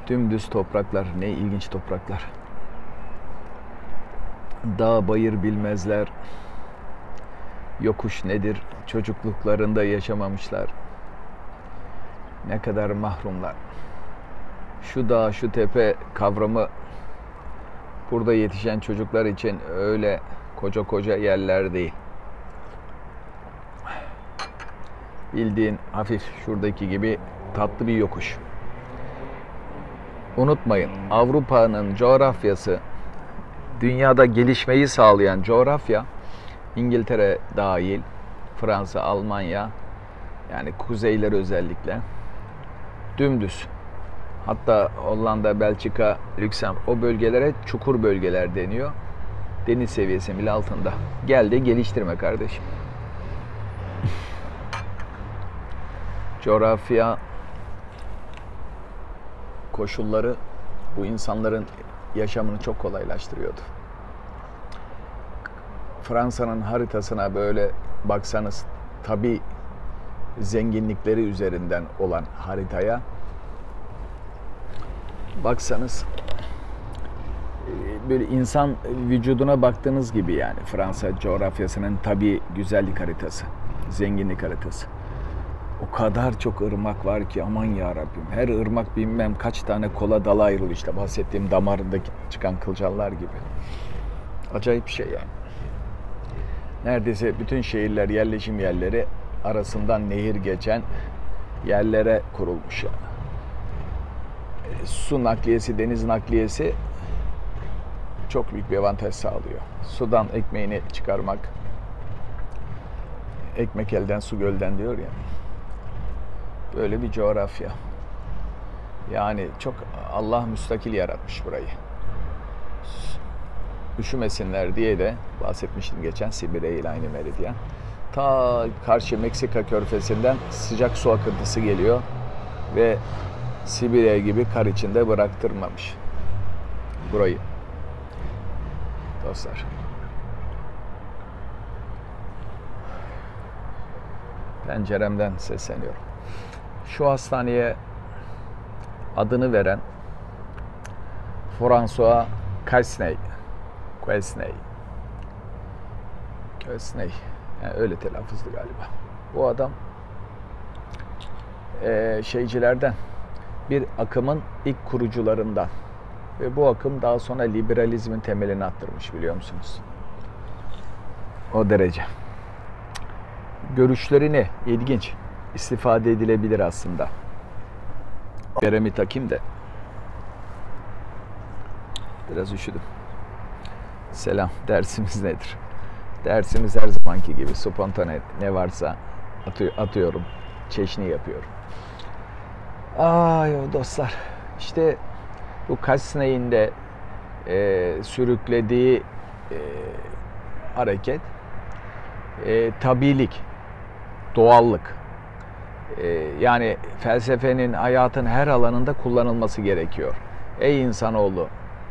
Dümdüz topraklar, ne ilginç topraklar. Dağ bayır bilmezler. Yokuş nedir? Çocukluklarında yaşamamışlar. Ne kadar mahrumlar. Şu dağ, şu tepe kavramı burada yetişen çocuklar için öyle koca koca yerler değil. Bildiğin hafif şuradaki gibi tatlı bir yokuş. Unutmayın, Avrupa'nın coğrafyası, dünyada gelişmeyi sağlayan coğrafya, İngiltere dahil, Fransa, Almanya, yani kuzeyler özellikle dümdüz. Hatta Hollanda, Belçika, Lüksemburg, o bölgelere çukur bölgeler deniyor. Deniz seviyesi bile altında. Gel de geliştirme kardeşim. Coğrafya koşulları bu insanların yaşamını çok kolaylaştırıyordu. Fransa'nın haritasına böyle baksanız, tabii zenginlikleri üzerinden olan haritaya baksanız, böyle insan vücuduna baktığınız gibi, yani Fransa coğrafyasının tabii güzellik haritası, zenginlik haritası. O kadar çok ırmak var ki aman ya Rabbim. Her ırmak bilmem kaç tane kola dala ayrılıyor, işte bahsettiğim damarındaki çıkan kılcallar gibi. Acayip bir şey yani. Neredeyse bütün şehirler, yerleşim yerleri arasından nehir geçen yerlere kurulmuş yani. Su nakliyesi, deniz nakliyesi çok büyük bir avantaj sağlıyor. Sudan ekmeğini çıkarmak, ekmek elden su gölden diyor ya. Böyle bir coğrafya. Yani çok Allah müstakil yaratmış burayı. Üşümesinler diye de bahsetmiştim geçen, Sibirya ile aynı meridyen. Ta karşı Meksika körfezinden sıcak su akıntısı geliyor ve Sibirya gibi kar içinde bıraktırmamış burayı. Dostlar. Penceremden sesleniyorum. Şu hastaneye adını veren François Quesnay. Yani öyle telaffuzdu galiba. Bu adam şeycilerden, bir akımın ilk kurucularından ve bu akım daha sonra liberalizmin temelini attırmış, biliyor musunuz? O derece. Görüşlerini ilginç, istifade edilebilir aslında. Beremi takayım da. Biraz üşüdüm. Selam. Dersimiz nedir? Dersimiz her zamanki gibi spontane, ne varsa atıyorum. Çeşni yapıyorum. Ay dostlar. İşte bu Quesnay'in de sürüklediği hareket tabiilik, doğallık. Yani felsefenin hayatın her alanında kullanılması gerekiyor. Ey insanoğlu,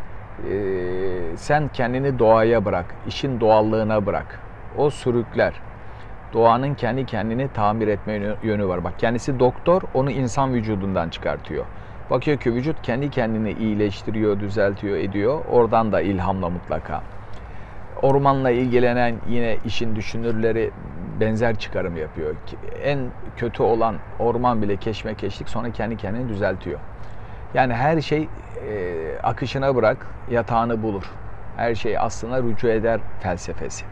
sen kendini doğaya bırak, işin doğallığına bırak. O sürükler. Doğanın kendi kendini tamir etme yönü var. Bak, kendisi doktor, onu insan vücudundan çıkartıyor. Bakıyor ki vücut kendi kendini iyileştiriyor, düzeltiyor, ediyor. Oradan da ilhamla mutlaka. Ormanla ilgilenen yine işin düşünürleri benzer çıkarım yapıyor. En kötü olan orman bile keşmekeşlik, sonra kendi kendini düzeltiyor. Yani her şey akışına bırak, yatağını bulur. Her şey aslına rücu eder felsefesi.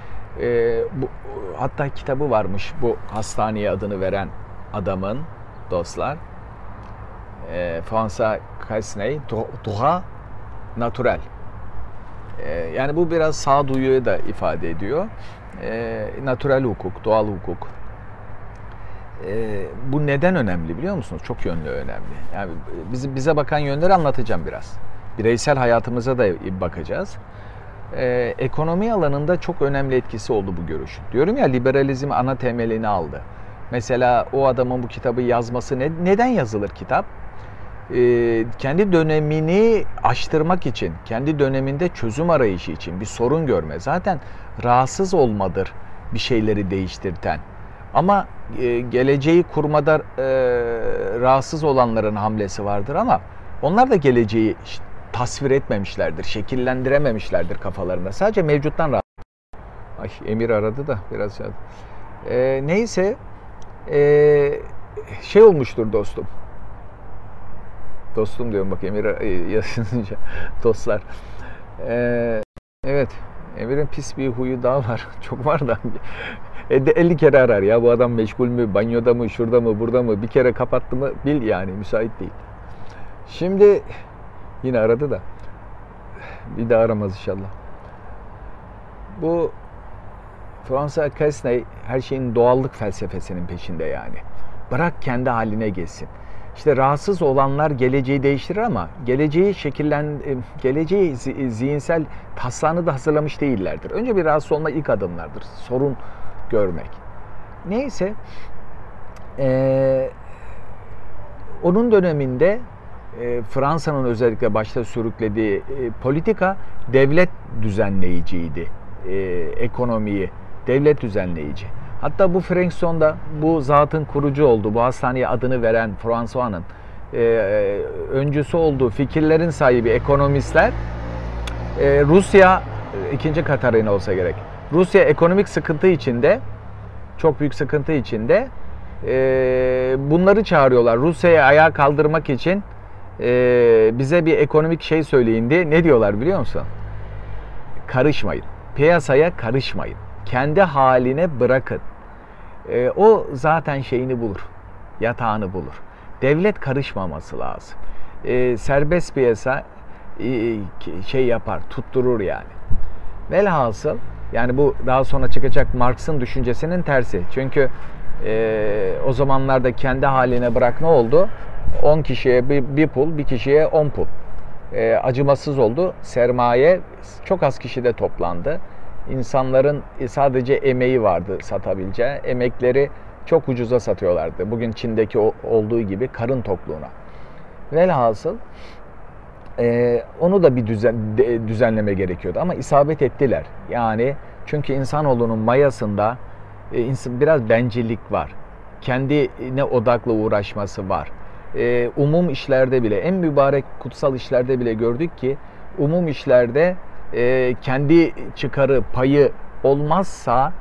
Hatta kitabı varmış bu hastaneye adını veren adamın, dostlar. François Quesnay, Droit Naturel. Yani bu biraz sağduyuyu da ifade ediyor. Natürel hukuk, doğal hukuk. Bu neden önemli biliyor musunuz? Çok yönlü önemli. Yani bize bakan yönleri anlatacağım biraz. Bireysel hayatımıza da bakacağız. Ekonomi alanında çok önemli etkisi oldu bu görüşün. Diyorum ya, liberalizm ana temelini aldı. Mesela o adamın bu kitabı yazması, neden yazılır kitap? Kendi dönemini aştırmak için, kendi döneminde çözüm arayışı için, bir sorun görme. Zaten rahatsız olmadır bir şeyleri değiştirten. Ama geleceği kurmada rahatsız olanların hamlesi vardır, ama Onlar da geleceği tasvir etmemişlerdir, şekillendirememişlerdir kafalarında. Sadece mevcuttan rahat. Ay, Emir aradı da biraz şey. Neyse şey olmuştur dostum. Dostum diyorum bak Emir yazınca dostlar. Evet, Emir'in pis bir huyu daha var. Çok var da 50 kere arar ya, bu adam meşgul mü, banyoda mı, şurada mı, burada mı, bir kere kapattı mı bil yani, müsait değil. Şimdi yine aradı da bir daha aramaz inşallah. Bu François Quesnay her şeyin doğallık felsefesinin peşinde yani. Bırak kendi haline geçsin. İşte rahatsız olanlar geleceği değiştirir ama geleceği zihinsel taslağını da hazırlamış değillerdir. Önce bir rahatsız olma ilk adımlardır. Sorun görmek. Neyse onun döneminde Fransa'nın özellikle başta sürüklediği politika devlet düzenleyiciydi. Ekonomiyi devlet düzenleyici. Hatta bu Franson'da bu zatın kurucu olduğu, bu hastaneye adını veren François'nın öncüsü olduğu fikirlerin sahibi ekonomistler Rusya, ikinci Katarina olsa gerek. Rusya ekonomik sıkıntı içinde, çok büyük sıkıntı içinde bunları çağırıyorlar. Rusya'yı ayağa kaldırmak için bize bir ekonomik şey söyleyin diye. Ne diyorlar biliyor musun? Karışmayın. Piyasaya karışmayın. Kendi haline bırakın. O zaten şeyini bulur. Yatağını bulur. Devlet karışmaması lazım. Serbest piyasa şey yapar, tutturur yani. Velhasıl yani bu daha sonra çıkacak Marx'ın düşüncesinin tersi. Çünkü o zamanlarda kendi haline bırak ne oldu? 10 kişiye bir pul, bir kişiye 10 pul. Acımasız oldu. Sermaye çok az kişide toplandı. İnsanların sadece emeği vardı satabileceği. Emekleri çok ucuza satıyorlardı. Bugün Çin'deki olduğu gibi karın tokluğuna. Velhasıl onu da bir düzenleme gerekiyordu. Ama isabet ettiler. Yani çünkü insanoğlunun mayasında biraz bencillik var. Kendine odaklı uğraşması var. Umum işlerde bile, en mübarek kutsal işlerde bile gördük ki umum işlerde kendi çıkarı, payı olmazsa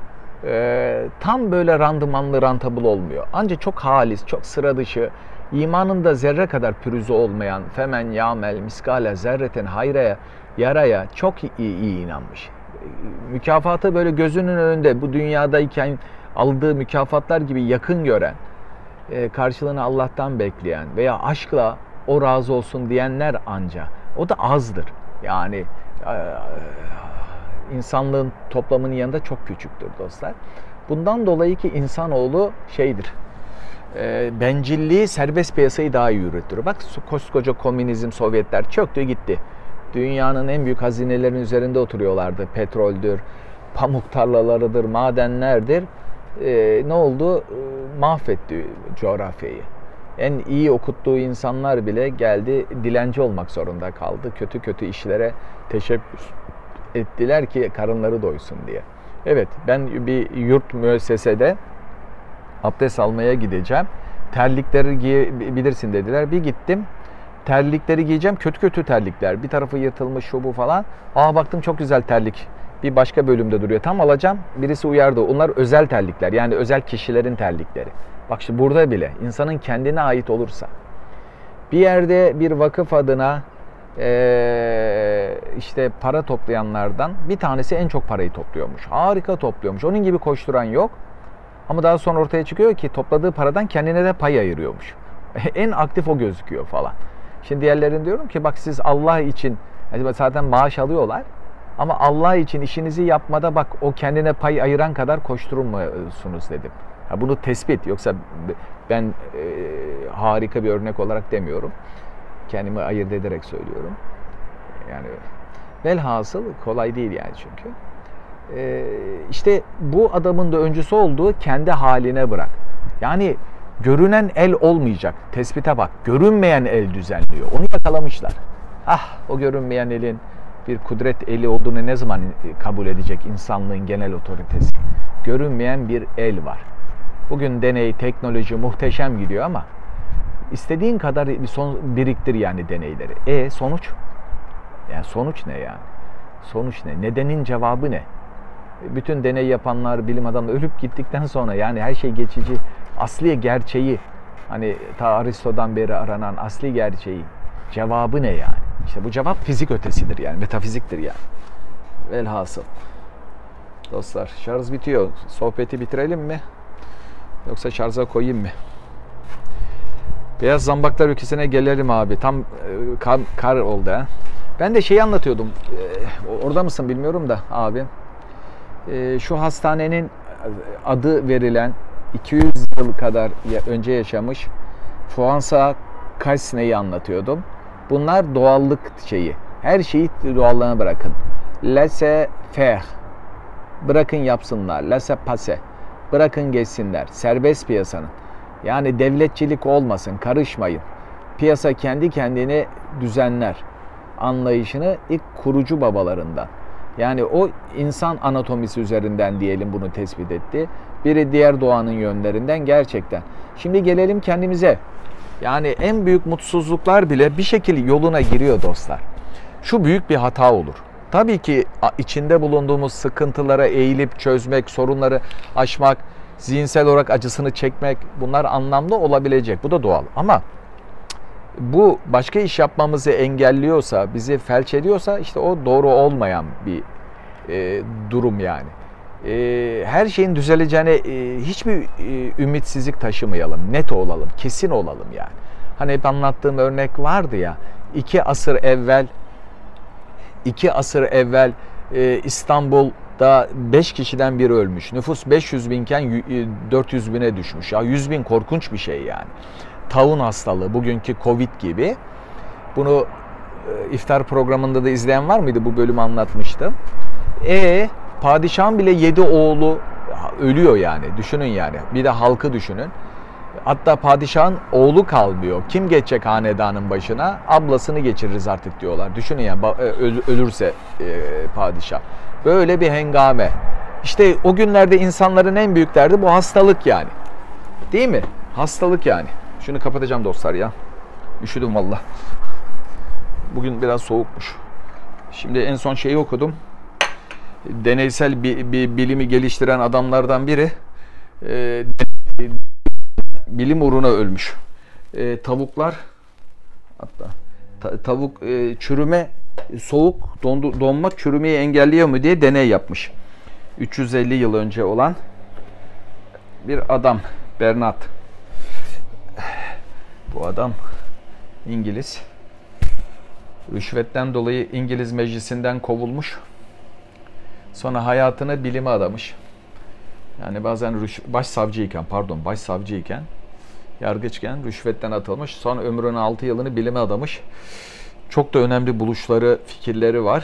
tam böyle randımanlı, rentable olmuyor. Ancak çok halis, çok sıra dışı, imanında zerre kadar pürüzü olmayan femen yamel miskale zerreten hayraya yaraya çok iyi inanmış. Mükafatı böyle gözünün önünde, bu dünyadayken aldığı mükafatlar gibi yakın gören, karşılığını Allah'tan bekleyen veya aşkla o razı olsun diyenler anca. O da azdır. Yani insanlığın toplamının yanında çok küçüktür dostlar. Bundan dolayı ki insanoğlu şeydir, bencilliği, serbest piyasayı daha iyi yürütür. Bak koskoca komünizm, Sovyetler çöktü gitti. Dünyanın en büyük hazinelerinin üzerinde oturuyorlardı. Petroldür, pamuk tarlalarıdır, madenlerdir. Ne oldu? Mahvetti coğrafyayı. En iyi okuttuğu insanlar bile geldi dilenci olmak zorunda kaldı. Kötü kötü işlere teşebbüs ettiler ki karınları doysun diye. Evet, ben bir yurt müessesede abdest almaya gideceğim. Terlikleri giyebilirsin dediler. Bir gittim. Terlikleri giyeceğim. Kötü kötü terlikler. Bir tarafı yırtılmış, şu bu falan. Baktım çok güzel terlik. Bir başka bölümde duruyor. Tam alacağım. Birisi uyardı. Onlar özel terlikler. Yani özel kişilerin terlikleri. Bak şimdi burada bile insanın kendine ait olursa, bir yerde bir vakıf adına işte para toplayanlardan bir tanesi en çok parayı topluyormuş. Harika topluyormuş. Onun gibi koşturan yok. Ama daha sonra ortaya çıkıyor ki topladığı paradan kendine de pay ayırıyormuş. En aktif o gözüküyor falan. Şimdi diğerlerine diyorum ki bak siz Allah için, zaten maaş alıyorlar. Ama Allah için işinizi yapmada bak o kendine pay ayıran kadar koşturulmuyorsunuz dedim. Bunu tespit, yoksa ben harika bir örnek olarak demiyorum. Kendimi ayırt ederek söylüyorum. Yani velhasıl kolay değil yani çünkü. İşte bu adamın da öncüsü olduğu kendi haline bırak. Yani görünen el olmayacak. Tespite bak. Görünmeyen el düzenliyor. Onu yakalamışlar. O görünmeyen elin bir kudret eli olduğunu ne zaman kabul edecek insanlığın genel otoritesi? Görünmeyen bir el var. Bugün deney, teknoloji muhteşem gidiyor ama İstediğin kadar biriktir yani deneyleri. Sonuç? Yani sonuç ne yani? Sonuç ne? Nedenin cevabı ne? Bütün deney yapanlar, bilim adamları ölüp gittikten sonra yani her şey geçici. Asli gerçeği, hani ta Aristo'dan beri aranan asli gerçeği, cevabı ne yani? İşte bu cevap fizik ötesidir yani, metafiziktir yani. Velhasıl. Dostlar, şarj bitiyor. Sohbeti bitirelim mi? Yoksa şarja koyayım mı? Beyaz Zambaklar ülkesine gelelim abi. Tam kar oldu ha. Ben de şeyi anlatıyordum. Orada mısın bilmiyorum da abi. Şu hastanenin adı verilen 200 yıl kadar önce yaşamış François Cassne'yi anlatıyordum. Bunlar doğallık şeyi. Her şeyi doğallığına bırakın. Laissez faire. Bırakın yapsınlar. Laissez passer. Bırakın geçsinler. Serbest piyasanın. Yani devletçilik olmasın. Karışmayın. Piyasa kendi kendine düzenler anlayışını ilk kurucu babalarından. Yani o insan anatomisi üzerinden diyelim bunu tespit etti. Biri diğer doğanın yönlerinden gerçekten. Şimdi gelelim kendimize. Yani en büyük mutsuzluklar bile bir şekilde yoluna giriyor dostlar. Şu büyük bir hata olur. Tabii ki içinde bulunduğumuz sıkıntılara eğilip çözmek, sorunları aşmak, zihinsel olarak acısını çekmek bunlar anlamlı olabilecek. Bu da doğal. Ama bu başka iş yapmamızı engelliyorsa, bizi felç ediyorsa işte o doğru olmayan bir durum yani. Her şeyin düzeleceğine hiçbir ümitsizlik taşımayalım. Net olalım, kesin olalım yani. Hani hep anlattığım örnek vardı ya. 2 asır evvel İstanbul'da 5 kişiden biri ölmüş. Nüfus 500 binken 400 bine düşmüş. Ya 100 bin korkunç bir şey yani. Taun hastalığı, bugünkü Covid gibi. Bunu iftar programında da izleyen var mıydı? Bu bölümü anlatmıştım. Padişahın bile 7 oğlu ölüyor yani. Düşünün yani. Bir de halkı düşünün. Hatta padişahın oğlu kalmıyor. Kim geçecek hanedanın başına? Ablasını geçiririz artık diyorlar. Düşünün yani ölürse padişah. Böyle bir hengame. İşte o günlerde insanların en büyük derdi bu hastalık yani. Değil mi? Hastalık yani. Şunu kapatacağım dostlar ya. Üşüdüm valla. Bugün biraz soğukmuş. Şimdi en son şeyi okudum. Deneysel bir bilimi geliştiren adamlardan biri bilim uğruna ölmüş. Tavuklar hatta tavuk soğuk donmak çürümeyi engelliyor mu diye deney yapmış. 350 yıl önce olan bir adam, Bernard. Bu adam İngiliz. Rüşvetten dolayı İngiliz meclisinden kovulmuş. Sonra hayatını bilime adamış. Yani bazen başsavcıyken, yargıçken rüşvetten atılmış. Sonra ömrünün 6 yılını bilime adamış. Çok da önemli buluşları, fikirleri var.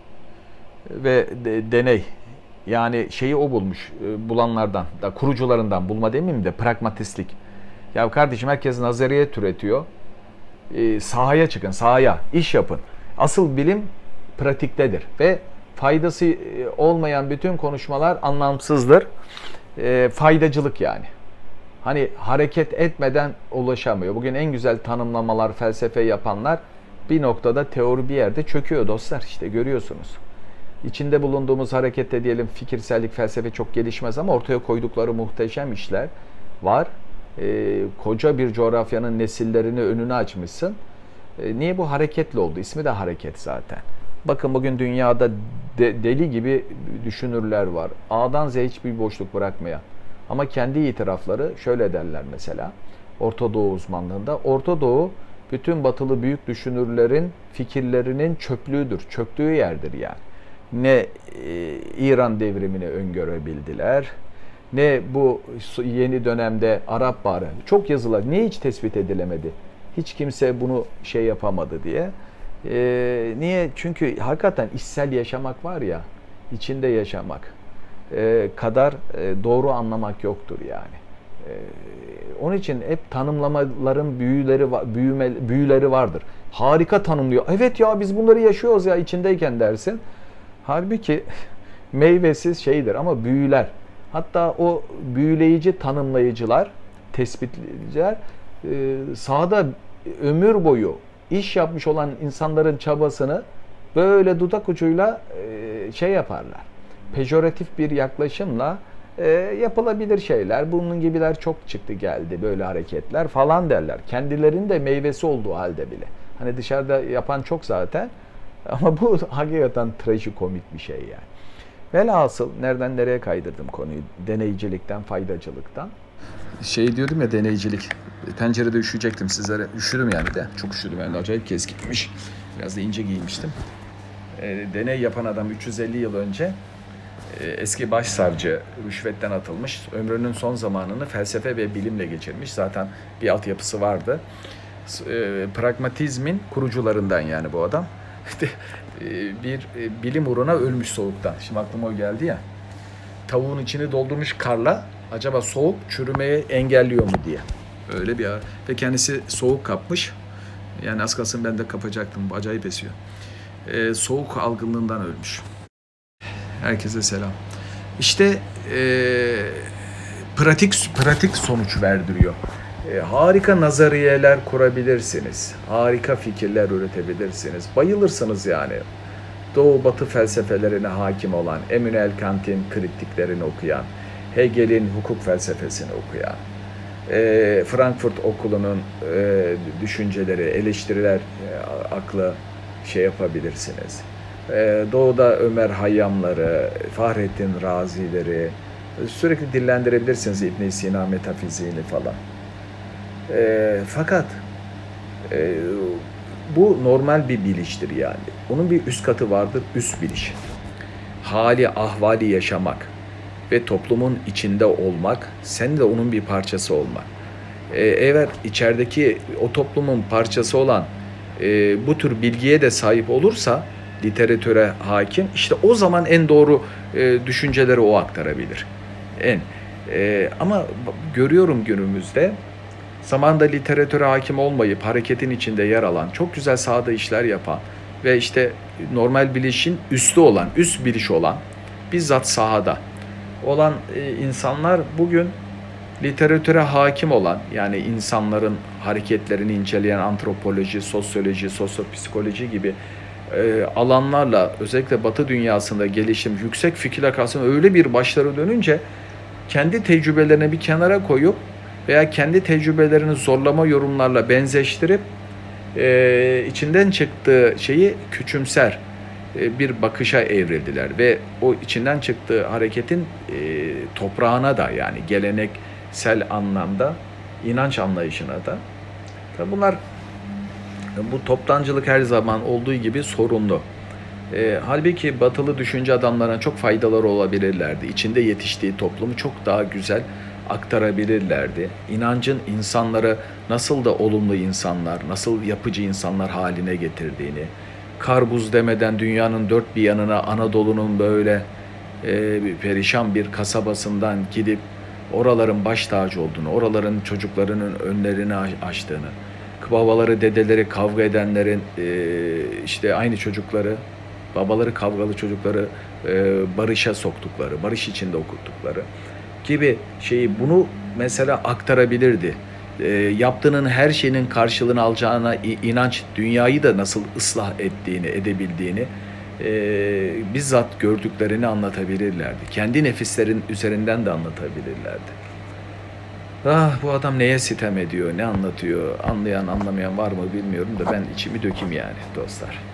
Ve deney. Yani şeyi o bulmuş, bulanlardan, da kurucularından, bulma demeyeyim de pragmatistlik. Ya kardeşim herkes nazariye türetiyor. Sahaya çıkın, sahaya, iş yapın. Asıl bilim pratiktedir ve faydası olmayan bütün konuşmalar anlamsızdır. Faydacılık yani. Hani hareket etmeden ulaşamıyor. Bugün en güzel tanımlamalar, felsefe yapanlar bir noktada teori bir yerde çöküyor dostlar. İşte görüyorsunuz. İçinde bulunduğumuz harekette diyelim fikirsellik, felsefe çok gelişmez ama ortaya koydukları muhteşem işler var. Koca bir coğrafyanın nesillerini önüne açmışsın. Niye bu hareketli oldu? İsmi de hareket zaten. Bakın bugün dünyada deli gibi düşünürler var. A'dan Z'ye hiçbir boşluk bırakmayan. Ama kendi itirafları şöyle derler mesela. Orta Doğu uzmanlığında. Orta Doğu bütün batılı büyük düşünürlerin fikirlerinin çöplüğüdür. Çöktüğü yerdir yani. Ne İran devrimini öngörebildiler, ne bu yeni dönemde Arap Baharı. Çok yazılar. Niye hiç tespit edilemedi? Hiç kimse bunu şey yapamadı diye. Niye? Çünkü hakikaten içsel yaşamak var ya, içinde yaşamak kadar doğru anlamak yoktur yani. Onun için hep tanımlamaların büyüleri vardır. Harika tanımlıyor. Evet ya biz bunları yaşıyoruz ya içindeyken dersin. Halbuki meyvesiz şeydir ama büyüler. Hatta o büyüleyici tanımlayıcılar, tespitçiler sahada ömür boyu iş yapmış olan insanların çabasını böyle dudak ucuyla şey yaparlar. Pejoratif bir yaklaşımla yapılabilir şeyler, bunun gibiler çok çıktı geldi, böyle hareketler falan derler. Kendilerinin de meyvesi olduğu halde bile. Hani dışarıda yapan çok zaten ama bu hakikaten trajikomik bir şey yani. Velhasıl nereden nereye kaydırdım konuyu? Deneycilikten, faydacılıktan. Şey diyordum ya, deneycilik. Pencerede üşüyecektim sizlere. Üşüdüm yani de. Çok üşüdüm yani. Acayip keskinmiş. Biraz da ince giymiştim. Deney yapan adam 350 yıl önce eski başsavcı, rüşvetten atılmış. Ömrünün son zamanını felsefe ve bilimle geçirmiş. Zaten bir altyapısı vardı. Pragmatizmin kurucularından yani bu adam. Bir bilim uğruna ölmüş soğuktan. Şimdi aklıma o geldi ya. Tavuğun içini doldurmuş karla, acaba soğuk çürümeye engelliyor mu diye. Öyle bir ve kendisi soğuk kapmış. Yani az kalsın ben de kapacaktım. Acayip esiyor. Soğuk algınlığından ölmüş. Herkese selam. İşte pratik sonuç verdiriyor. Harika nazariyeler kurabilirsiniz. Harika fikirler üretebilirsiniz. Bayılırsınız yani. Doğu Batı felsefelerine hakim olan, Immanuel Kant'in kritiklerini okuyan, Hegel'in hukuk felsefesini okuyan, Frankfurt Okulu'nun düşünceleri, eleştiriler aklı şey yapabilirsiniz. Doğu'da Ömer Hayyamları, Fahrettin Razileri sürekli dillendirebilirsiniz, İbn Sina metafiziğini falan. Fakat bu normal bir biliştir yani. Bunun bir üst katı vardır, üst biliş. Hali, ahvali yaşamak ve toplumun içinde olmak, sen de onun bir parçası olmak. Eğer içerideki o toplumun parçası olan bu tür bilgiye de sahip olursa, literatüre hakim, işte o zaman en doğru düşünceleri o aktarabilir. Ama görüyorum günümüzde, zamanında literatüre hakim olmayıp hareketin içinde yer alan, çok güzel sahada işler yapan ve işte normal bilişin üstü olan, üst biliş olan, bizzat sahada olan insanlar bugün literatüre hakim olan, yani insanların hareketlerini inceleyen antropoloji, sosyoloji, sosyopsikoloji gibi alanlarla özellikle Batı dünyasında gelişim, yüksek fikir akasının öyle bir başları dönünce kendi tecrübelerini bir kenara koyup veya kendi tecrübelerini zorlama yorumlarla benzeştirip içinden çıktığı şeyi küçümser bir bakışa evrildiler ve o içinden çıktığı hareketin toprağına da, yani geleneksel anlamda inanç anlayışına da. Tabii bunlar, bu toptancılık her zaman olduğu gibi sorunlu. Halbuki batılı düşünce adamlarına çok faydaları olabilirlerdi. İçinde yetiştiği toplumu çok daha güzel aktarabilirlerdi. İnancın insanları nasıl da olumlu insanlar, nasıl yapıcı insanlar haline getirdiğini, kar buz demeden dünyanın dört bir yanına, Anadolu'nun böyle perişan bir kasabasından gidip oraların baş tacı olduğunu, oraların çocuklarının önlerini açtığını, babaları, dedeleri kavga edenlerin işte aynı çocukları, babaları kavgalı çocukları barışa soktukları, barış içinde okuttukları gibi şeyi, bunu mesela aktarabilirdi. Yaptığının her şeyinin karşılığını alacağına inanç, dünyayı da nasıl ıslah ettiğini, edebildiğini bizzat gördüklerini anlatabilirlerdi. Kendi nefislerin üzerinden de anlatabilirlerdi. Ah, bu adam neye sitem ediyor, ne anlatıyor, anlayan anlamayan var mı bilmiyorum da ben içimi dökeyim yani dostlar.